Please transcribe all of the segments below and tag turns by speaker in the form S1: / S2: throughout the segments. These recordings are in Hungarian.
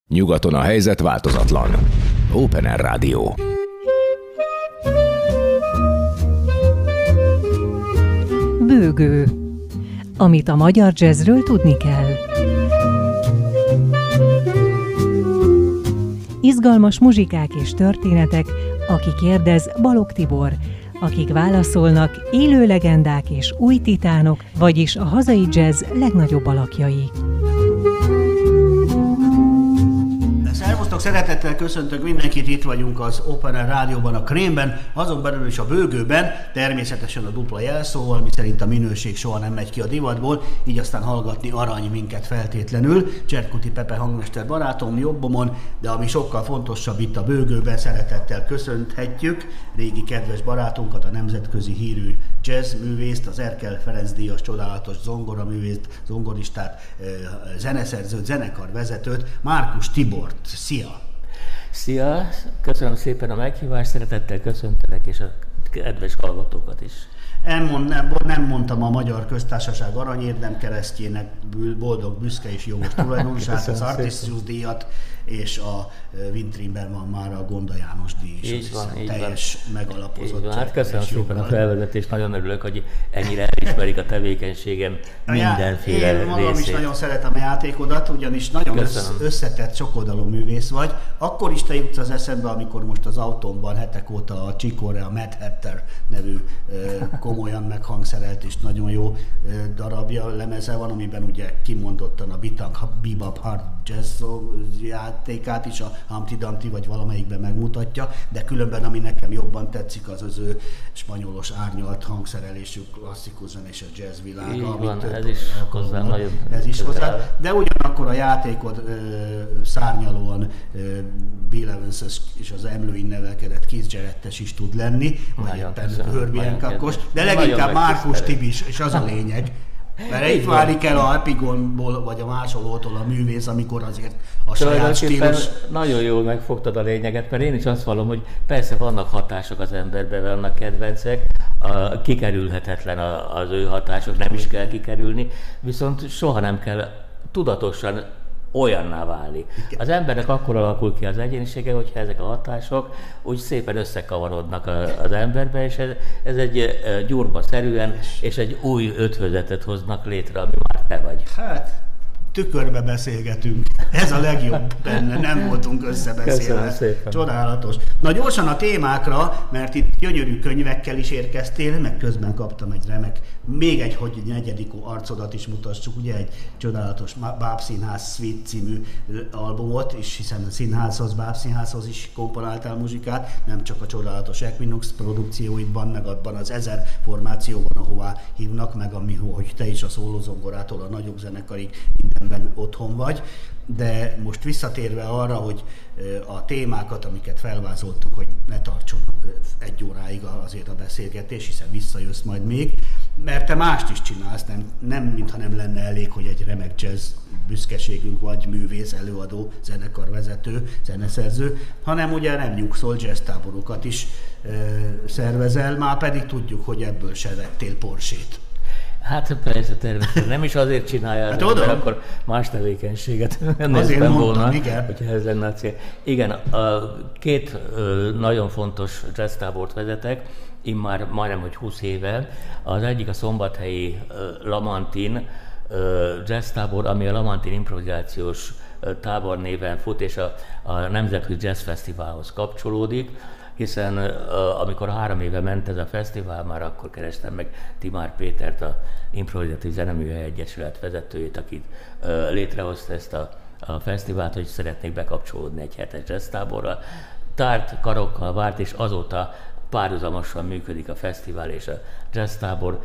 S1: Nyugaton a helyzet változatlan. Open Air Rádió.
S2: Bőgő. Amit a magyar jazzről tudni kell. Izgalmas muzsikák és történetek, aki kérdez, Balogh Tibor, akik válaszolnak, élő legendák és új titánok, vagyis a hazai jazz legnagyobb alakjai.
S3: Szervusztok, szeretettel köszöntök mindenkit, itt vagyunk az Open Air Rádióban, a Krémben, azon belül is a Bőgőben, természetesen a dupla jelszóval, miszerint a minőség soha nem megy ki a divatból, így aztán hallgatni arany minket feltétlenül. Cserkuti Pepe hangmester barátom jobbomon, de ami sokkal fontosabb itt a Bőgőben, szeretettel köszönthetjük régi kedves barátunkat, a nemzetközi hírű jazzművészt, az Erkel Ferenc díjas csodálatos zongoraművészt, zongoristát, zeneszerzőt, zenekarvezetőt, Márkus Tibort. Szia!
S4: Szia! Köszönöm szépen a meghívást, szeretettel köszöntelek, és a kedves hallgatókat is.
S3: Nem mondtam a Magyar Köztársaság aranyérdem keresztjének boldog, büszke és jogos tulajdonosát, az Artisius díjat, és a Wintrinben van már a Gonda János díj is.
S4: Így van,
S3: teljes megalapozott.
S4: Hát köszönöm szépen a felvezetést, nagyon örülök, hogy ennyire elismerik a tevékenységem mindenféle részét.
S3: Én magam is nagyon szeretem a játékodat, ugyanis nagyon összetett, sokoldalú művész vagy. Akkor is te jutsz az eszembe, amikor most az autómban hetek óta a Chicore, a Mad Hatter nevű komolyan meghangszerelt és nagyon jó darabja, lemeze van, amiben ugye kimondottan a bebop hard jazz játékát is, a Humpty Dumpty vagy valamelyikben megmutatja, de különben ami nekem jobban tetszik, az ő spanyolos árnyalt hangszerelésű klasszikus zenés a jazz világa.
S4: Így van, ez is hozzá nagyon.
S3: Ez is hozzá, de ugyanakkor a játékod szárnyalóan Bill Evans és az emlőin nevelkedett Keith Jarrett-es is tud lenni, vagy éppen Herbie Hancockos, de leginkább Márkus Tibis, és az a lényeg. Mert itt válik el a Epigonból, vagy a másolótól a művész, amikor azért a saját stílus...
S4: Nagyon jól megfogtad a lényeget, mert én is azt vallom, hogy persze vannak hatások az emberben, vannak kedvencek, kikerülhetetlen az ő hatások, nem is kell kikerülni, viszont soha nem kell tudatosan olyanná válni. Az embernek akkor alakul ki az egyénisége, hogyha ezek a hatások úgy szépen összekavarodnak az emberbe, és ez egy gyurmaszerűen és egy új ötvözetet hoznak létre, ami már te vagy.
S3: Hát, tükörbe beszélgetünk. Ez a legjobb benne, nem voltunk összebeszélve. Csodálatos. Na gyorsan a témákra, mert itt gyönyörű könyvekkel is érkeztél, meg közben kaptam egy remek, még egy, hogy negyedik arcodat is mutassuk, ugye egy csodálatos Bábszínház Suite című albumot, és hiszen a színházhoz, Bábszínházhoz is komponáltál muzsikát, nem csak a csodálatos Equinox produkcióidban, meg abban az 1000 formációban, ahová hívnak, meg hogy te is a szólózongorától a nagyobb zenekarig mindenben otthon vagy. De most visszatérve arra, hogy a témákat, amiket felvázoltuk, hogy ne tartson egy óráig azért a beszélgetés, hiszen visszajössz majd még, mert te mást is csinálsz, nem mintha nem lenne elég, hogy egy remek jazz büszkeségünk vagy, művész, előadó, zenekarvezető, zeneszerző, hanem ugye nem nyugszol, jazztáborokat is szervezel, már pedig tudjuk, hogy ebből se vettél Porsét.
S4: Hát persze, természetesen nem is azért csinálja, mert akkor más tevékenységet
S3: néztem volna,
S4: hogyha ez lenne a cél. Igen, két nagyon fontos jazztábort vezetek, immár majdnem, hogy 20 éve. Az egyik a szombathelyi Lamantin jazztábor, ami a Lamantin improvizációs tábor néven fut, és a Nemzetközi Jazz Fesztiválhoz kapcsolódik, hiszen amikor 3 éve ment ez a fesztivál, már akkor kerestem meg Timár Pétert, a Improvizatív Zeneműhely Egyesület vezetőjét, aki létrehozta ezt a fesztivált, hogy szeretnék bekapcsolódni egy hetes jazztáborral. Tárt karokkal várt, és azóta párhuzamosan működik a fesztivál és a jazztábor.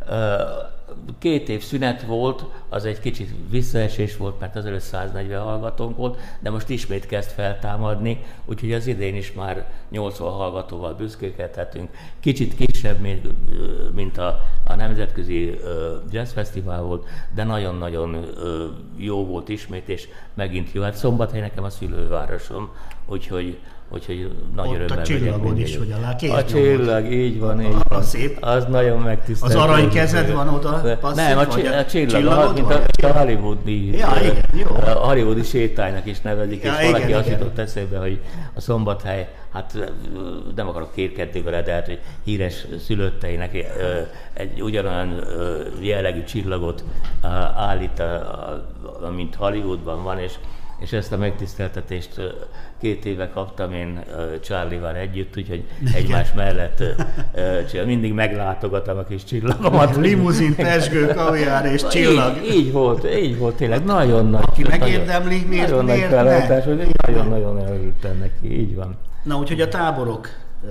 S4: 2 év szünet volt, az egy kicsit visszaesés volt, mert azelőtt 140 hallgatónk volt, de most ismét kezd feltámadni, úgyhogy az idén is már 80 hallgatóval büszkélkedhetünk. Kicsit kisebb, mint a Nemzetközi Jazz Fesztivál volt, de nagyon-nagyon jó volt ismét, és megint jó. Hát Szombathely nekem a szülővárosom, úgyhogy nagy örömmel
S3: a csillagod is, hogy
S4: a csillag, így van.
S3: Szép.
S4: Az nagyon megtisztelő.
S3: Az aranykezed van oda a passzív?
S4: Nem, a csillag, mint a hollywoodi,
S3: ja, igen, jó.
S4: A hollywoodi sétánynak is nevezik, ja, és valaki azt jutott eszébe, hogy a Szombathely, hát nem akarok kérkedni vele, de hát, hogy híres szülötteinek egy ugyanolyan jellegű csillagot állít, mint Hollywoodban van, és ezt a megtiszteltetést 2 éve kaptam én Charlie-val együtt, úgyhogy egymás mellett mindig meglátogatom a kis csillagomat.
S3: Limuzin, pesgő, kaviár és csillag.
S4: Így volt, tényleg nagyon nagy.
S3: Megérdemli, miért
S4: ne? Nagyon-nagyon örültem neki, így van.
S3: Na, úgyhogy a táborok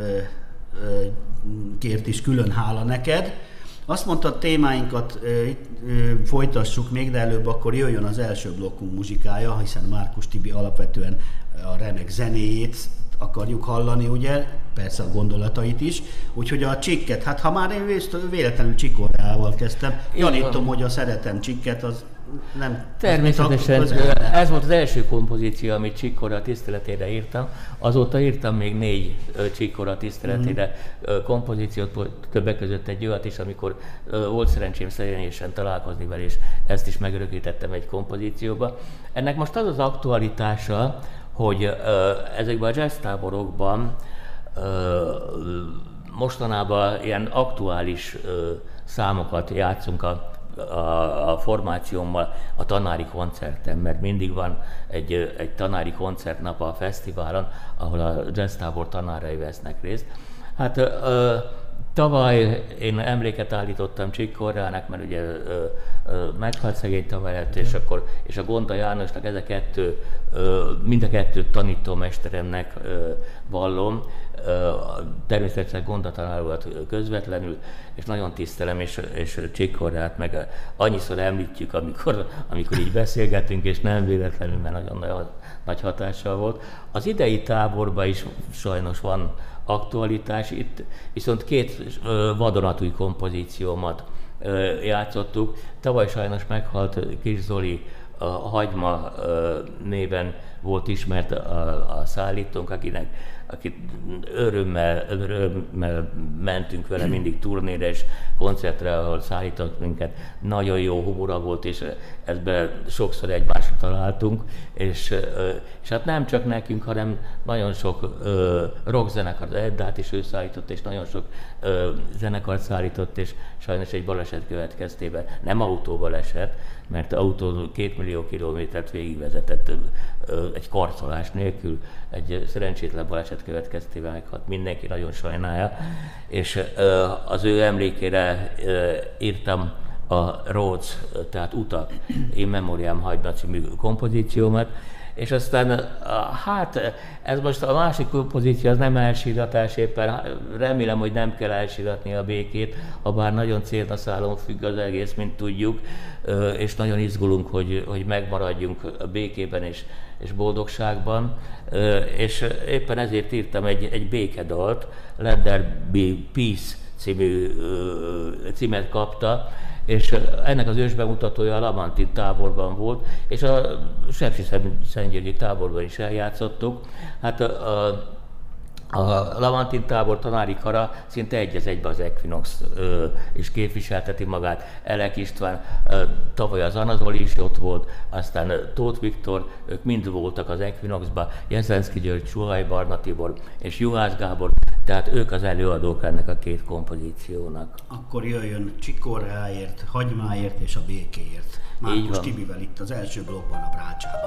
S3: kért is külön hála neked. Azt mondtad, témáinkat folytassuk még, de előbb akkor jöjjön az első blokkunk muzsikája, hiszen Márkus Tibi alapvetően a remek zenéjét akarjuk hallani, ugye? Persze a gondolatait is. Úgyhogy a csikket, hát ha már én véletlenül Csikorával kezdtem, gyanítom, hogy a Szeretem csikket, az nem...
S4: Természetesen, ez volt az első kompozíció, amit Csikora tiszteletére írtam. Azóta írtam még 4 Csikora tiszteletére kompozíciót, többek között egy olyat is, amikor volt szerencsém személyesen találkozni vele, és ezt is megörökítettem egy kompozícióba. Ennek most az az aktualitása, hogy ezekben a jazz táborokban mostanában ilyen aktuális számokat játszunk a formációmmal a tanári koncerten, mert mindig van egy tanári koncertnap a fesztiválon, ahol a jazz tábor tanárai vesznek részt. Hát tavaly én emléket állítottam Csikkorrának, mert ugye meghalt szegény tavaly, és a Gonda Jánosnak mind a kettőt tanítómesteremnek vallom. Természetesen Gonda tanár volt közvetlenül, és nagyon tisztelem, és Csikkorrát meg annyiszor említjük, amikor így beszélgetünk, és nem véletlenül, mert nagyon nagy hatással volt. Az idei táborban is sajnos van aktualitás, itt viszont 2 vadonatúj kompozíciómat játszottuk. Tavaly sajnos meghalt Kis Zoli, a Hagyma néven volt ismert a szállítónk, akit örömmel mentünk vele mindig turnéra és koncertre, ahol szállított minket. Nagyon jó humora volt, és ebben sokszor egymásra találtunk, és hát nem csak nekünk, hanem nagyon sok rockzenekar, Eddát is ő szállított, és nagyon sok zenekart szállított, és sajnos egy baleset következtében, nem autóbaleset, mert autó 2 millió kilométert végigvezetett egy karcolás nélkül, egy szerencsétlen baleset következtében meghalt, mindenki nagyon sajnálja, és az ő emlékére írtam a Roads, tehát Utak, In Memoriam Hagyma című kompozíciómat, és aztán, hát ez most a másik kompozíció, az nem elsíratás, éppen remélem, hogy nem kell elsíratni a békét, habár nagyon célnaszálon függ az egész, mint tudjuk, és nagyon izgulunk, hogy megmaradjunk a békében és boldogságban, és éppen ezért írtam egy békedalt, Let There Be Peace címet kapta, és ennek az ősbemutatója a Lamantin táborban volt, és a Sepsiszentgyörgyi táborban is eljátszottuk. Hát a Lamantin tábor tanári kara szinte egy az egyben az Equinox is képviselteti magát. Elek István, tavaly az Anazoli is ott volt, aztán Tóth Viktor, ők mind voltak az Equinoxban, Jeszenszky György, Suhaj Barna Tibor és Juhász Gábor, tehát ők az előadók ennek a 2 kompozíciónak.
S3: Akkor jöjjön Csikorráért, Hagymáért és a békéért. Márkus Tibivel itt az első blokkban a Brácsában.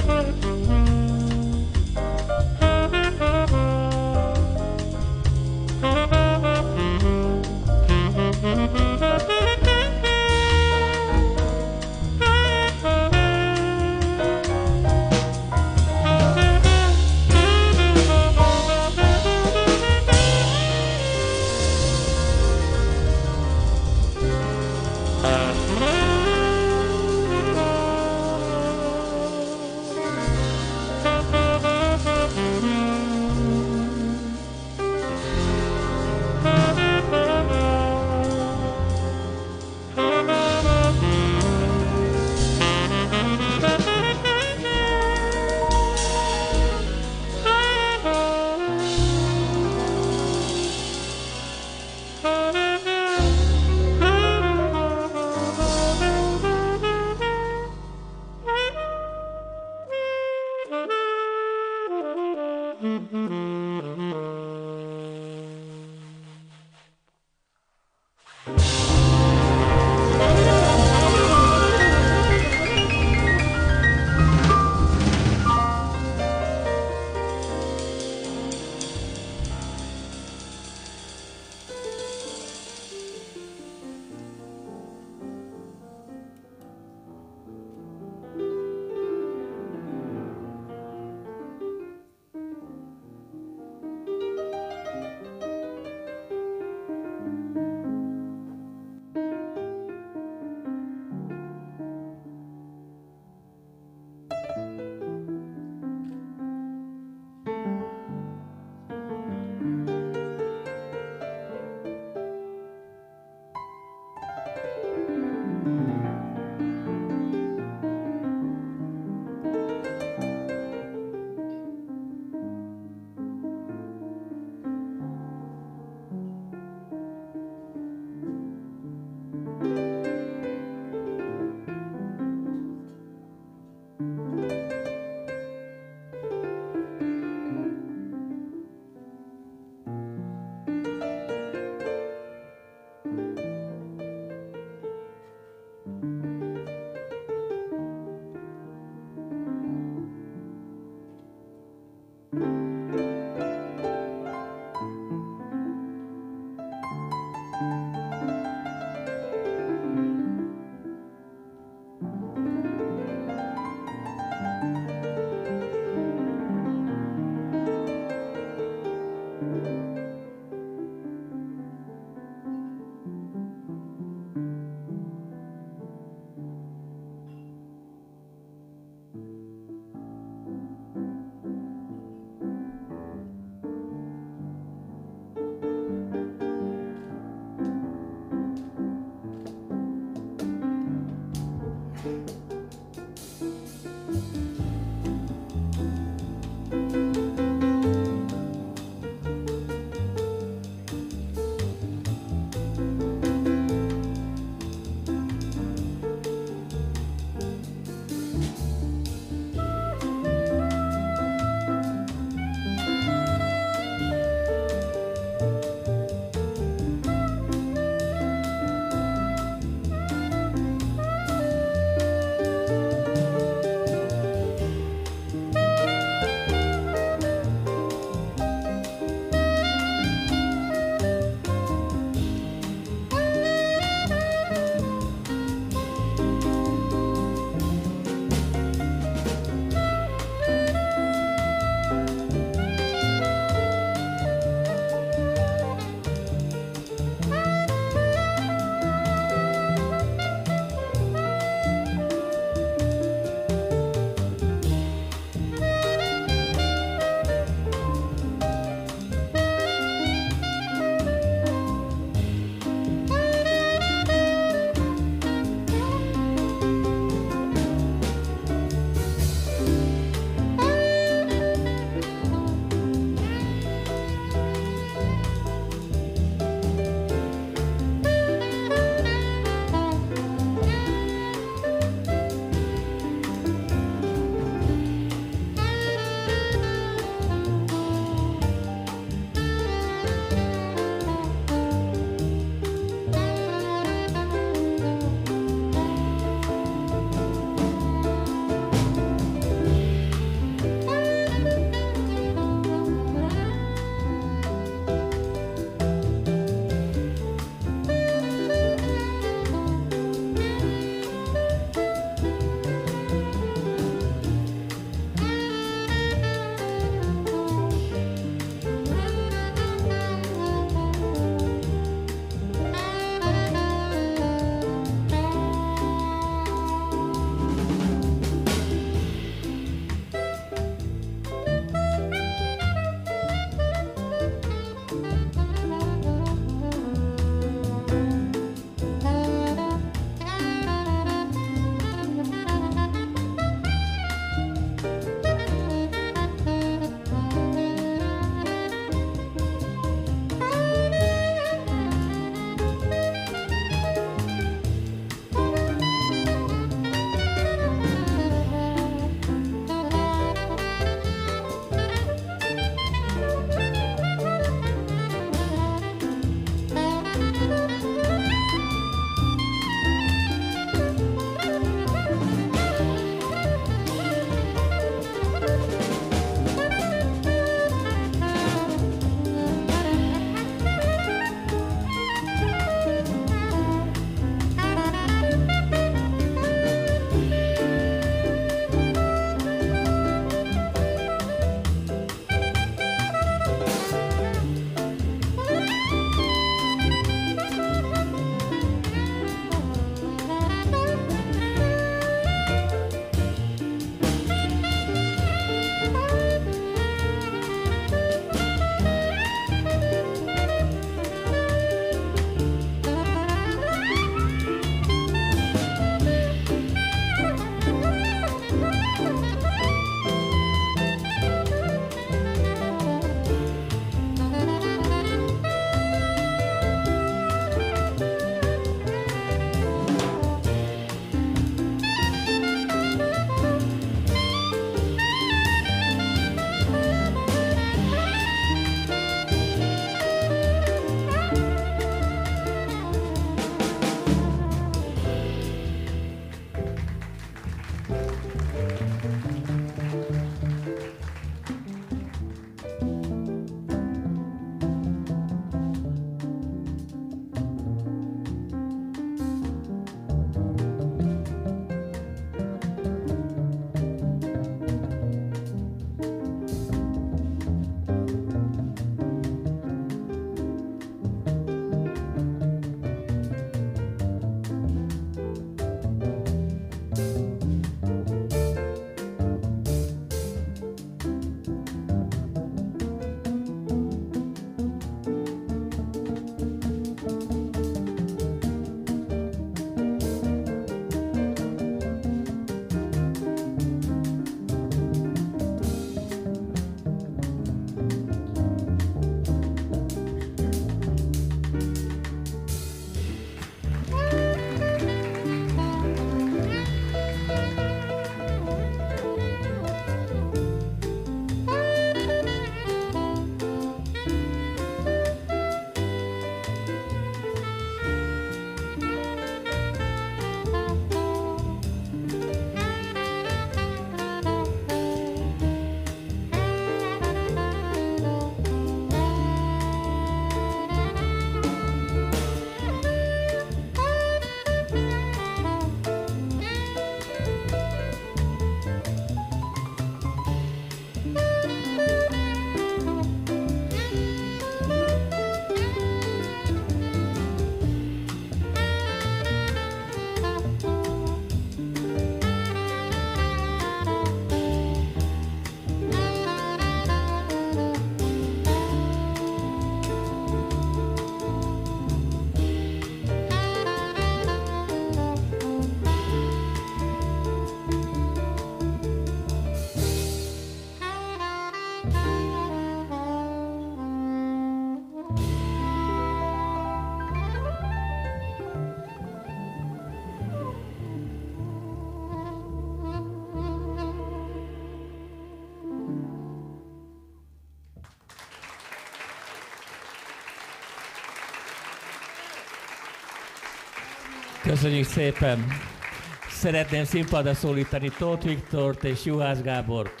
S4: Köszönjük szépen! Szeretném színpadra szólítani Tóth Viktort és Juhász Gábort.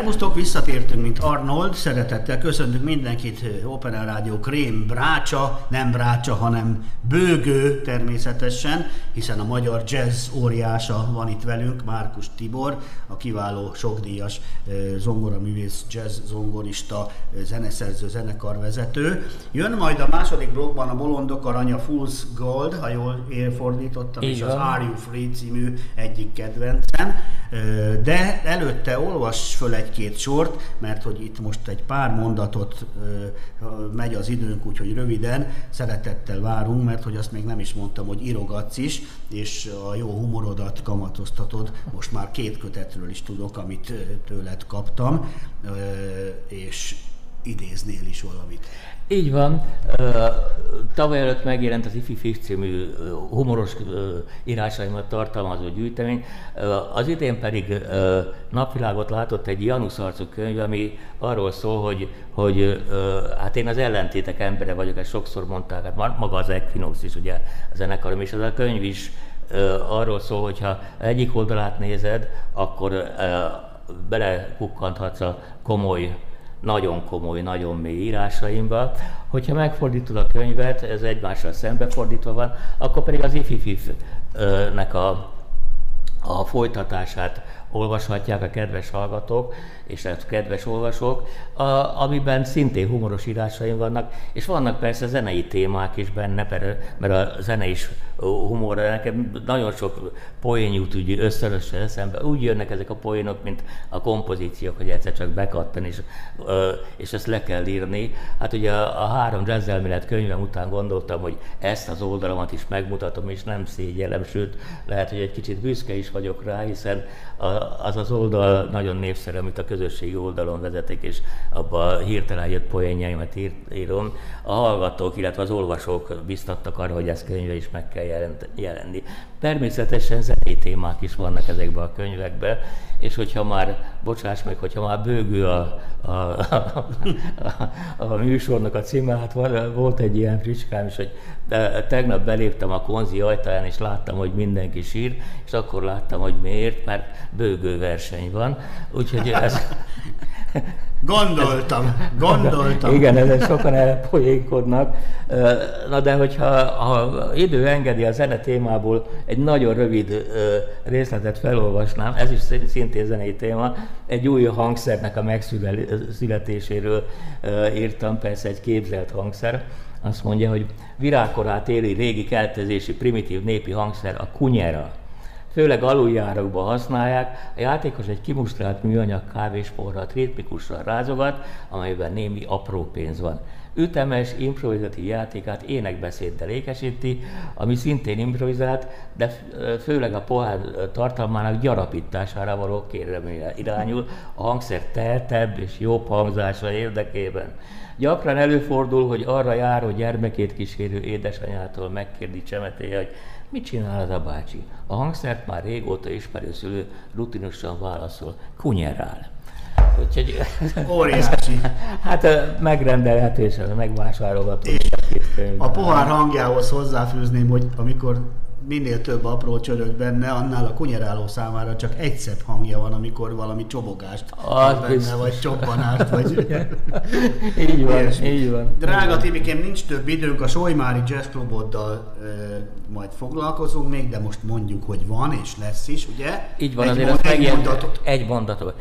S3: Szervusztok, visszatértünk, mint Arnold. Szeretettel köszöntünk mindenkit. Open Air Rádió Krém Brácsa, nem Brácsa, hanem bőgő természetesen, hiszen a magyar jazz óriása van itt velünk, Márkus Tibor, a kiváló sokdíjas zongoraművész, jazz zongorista, zeneszerző, zenekarvezető. Jön majd a második blokkban a Bolondok Aranya, Fool's Gold, ha jól fordítottam, és az Are You Free című egyik kedvencem. De előtte olvass föl egy-két sort, mert hogy itt most egy pár mondatot megy az időnk, úgyhogy röviden szeretettel várunk, mert hogy azt még nem is mondtam, hogy írogatsz is, és a jó humorodat kamatoztatod. Most már 2 kötetről is tudok, amit tőled kaptam, és idéznél is valamit.
S4: Így van. Tavaly előtt megjelent az Ifi Fish című humoros írásaimat tartalmazó gyűjtemény. Az idén pedig napvilágot látott egy Janusz arcú könyv, ami arról szól, hogy hát én az ellentétek embere vagyok, ezt sokszor mondták, hát maga az Equinox is, ugye a zenekarom, és ez a könyv is arról szól, hogyha egyik oldalát nézed, akkor belekukkanthatsz a komoly, nagyon komoly, nagyon mély írásaimba. Hogyha megfordítod a könyvet, ez egymással szembefordítva van, akkor pedig az Ififif-nek a folytatását olvashatják a kedves hallgatók és a kedves olvasók, amiben szintén humoros írásaim vannak, és vannak persze zenei témák is benne, mert a zene is humor, nekem nagyon sok poén jut úgy összörösen eszembe, úgy jönnek ezek a poénok, mint a kompozíciók, hogy egyszer csak bekattan, és ezt le kell írni. Hát ugye a 3 jazzelmélet könyvem után gondoltam, hogy ezt az oldalamat is megmutatom, és nem szégyellem, sőt, lehet, hogy egy kicsit büszke is vagyok rá, hiszen az oldal nagyon népszerű, amit a közösségi oldalon vezetek, és abban hirtelen jött poénjaimat írom. A hallgatók, illetve az olvasók biztattak arra, hogy ezt könyvbe is meg kell jelenni. Természetesen zenei témák is vannak ezekben a könyvekben, és hogyha már, bocsáss meg, hogyha már bőgő a műsornak a címe, hát volt egy ilyen fricskám is, hogy tegnap beléptem a konzi ajtaján, és láttam, hogy mindenki sír, és akkor láttam, hogy miért, mert bőgő verseny van, úgyhogy ez...
S3: Gondoltam.
S4: Igen, ezen sokan elpoénkodnak. Na de hogyha idő engedi, a zene témából egy nagyon rövid részletet felolvasnám, ez is szintén zenei téma, egy új hangszernek a megszületéséről írtam, persze egy képzelt hangszer. Azt mondja, hogy virágkorát éli régi keltezési primitív népi hangszer a kunyera. Főleg aluljárokban használják, a játékos egy kimustrált műanyag kávésporrat ritmikusan rázogat, amelyben némi apró pénz van. Ütemes, improvizatív játékát énekbeszéddel ékesíti, ami szintén improvizált, de főleg a pohár tartalmának gyarapítására való kérelmére irányul, a hangszer teltebb és jobb hangzása érdekében. Gyakran előfordul, hogy arra járó gyermekét kísérő édesanyától megkérdi csemetéje, hogy mit csinál az a bácsi? A hangszert már régóta ismerő szülő rutinosan válaszol, kunyerál. Úgyhogy...
S3: Óriási.
S4: Hát megrendelhető és megvásárolható. És
S3: a pohár hangjához hozzáfűzném, hogy amikor minél több apró csörög benne, annál a kunyeráló számára csak egy szebb hangja van, amikor valami csobogást benne, vagy csobbanást, vagy...
S4: Így van.
S3: Drága Tibikém, nincs több időnk, a Solymári Jazz Cluboddal majd foglalkozunk még, de most mondjuk, hogy van és lesz is, ugye?
S4: Így van, azért egy mondatot.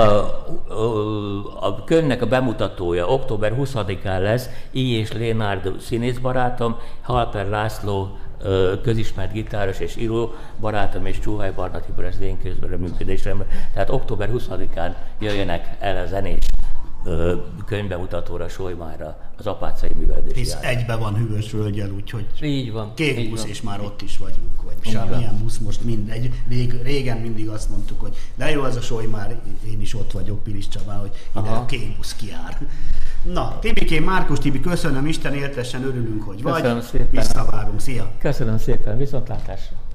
S4: A könyvnek a bemutatója október 20-án lesz, I. és Lénárd színészbarátom, Halper László közismert gitáros és író barátom, és Csuhaj Barna Tibor az én közreműködésemben. Tehát október 20-án jöjjenek el a zenés könyvbemutatóra Solymára az apácai művelődési
S3: Hisz egybe van Hűvös völgyel, úgyhogy
S4: így van,
S3: kék busz, és már ott is vagyunk, vagy semmilyen busz, most mindegy. Régen mindig azt mondtuk, hogy de jó az a Solymár, én is ott vagyok Pilis Csabán, hogy ide a kék busz kijár. Na, Tibikém, Márkus Tibi, köszönöm, Isten éltessen, örülünk, hogy vagy.
S4: Köszönöm szépen.
S3: Visszavárunk, szia!
S4: Köszönöm szépen, viszontlátásra!